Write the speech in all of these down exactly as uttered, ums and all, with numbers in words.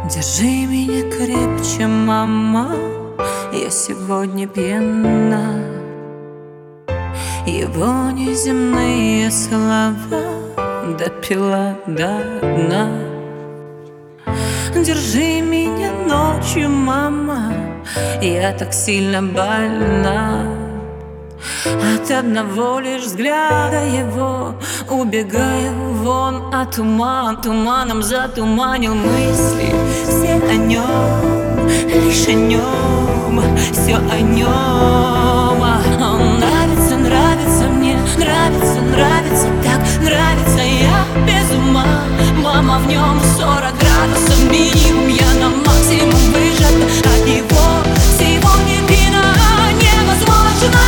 Держи меня крепче, мама, я сегодня пьяна. Его неземные слова допила до дна. Держи меня ночью, мама, я так сильно больна. От одного лишь взгляда его убегаю вон, а туман туманом затуманил мысли. Все о нем, лишь о нем, все о нем. Он нравится, нравится мне, нравится, нравится так, нравится, я без ума. Мама, в нем сорок градусов минимум, я на максимум выжата. От него сегодня пина невозможно.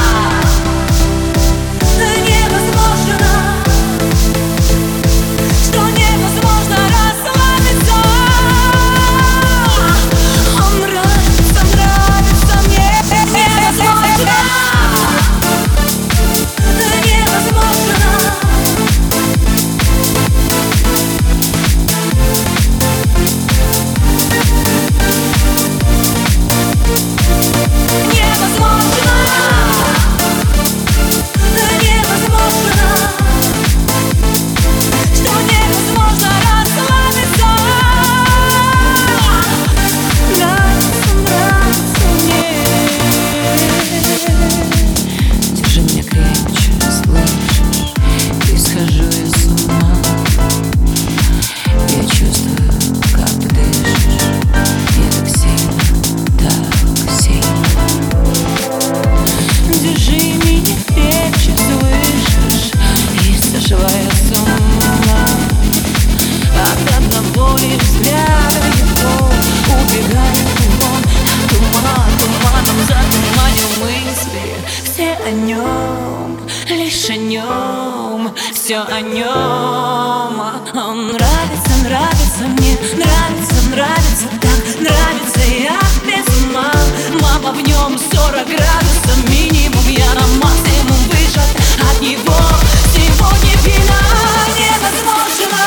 Лишь о нем, все о нем. Он нравится, нравится мне, нравится, нравится так, нравится, я без ума. Мама, в нем сорок градусов минимум, я на максимум выжат. От него сегодня пина невозможно.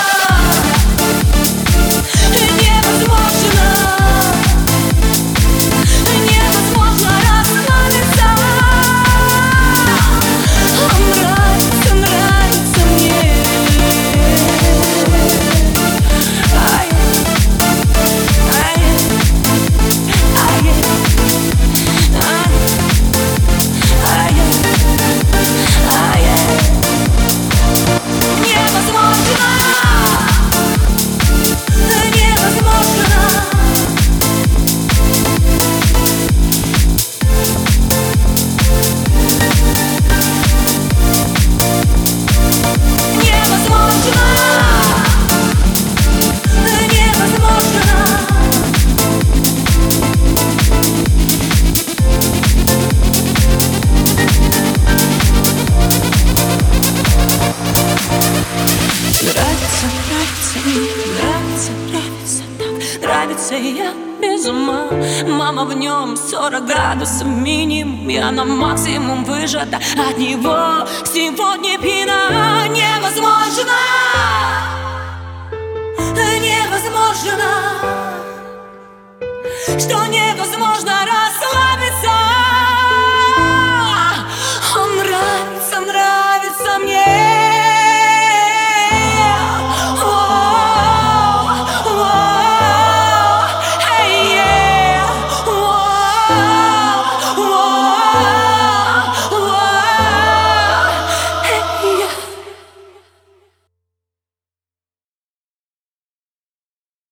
Невозможно. Невозможно расслабиться. Нравится, нравится мне. Ай, ай, ай, ай, ай, ай. Невозможно. Невозможно. Нравится, нравится мне, нравится, нравится так, нравится, я без ума. Мама, в нем сорок градусов минимум, я на максимум выжата. От него сегодня пина невозможно. Невозможно. Что невозможно.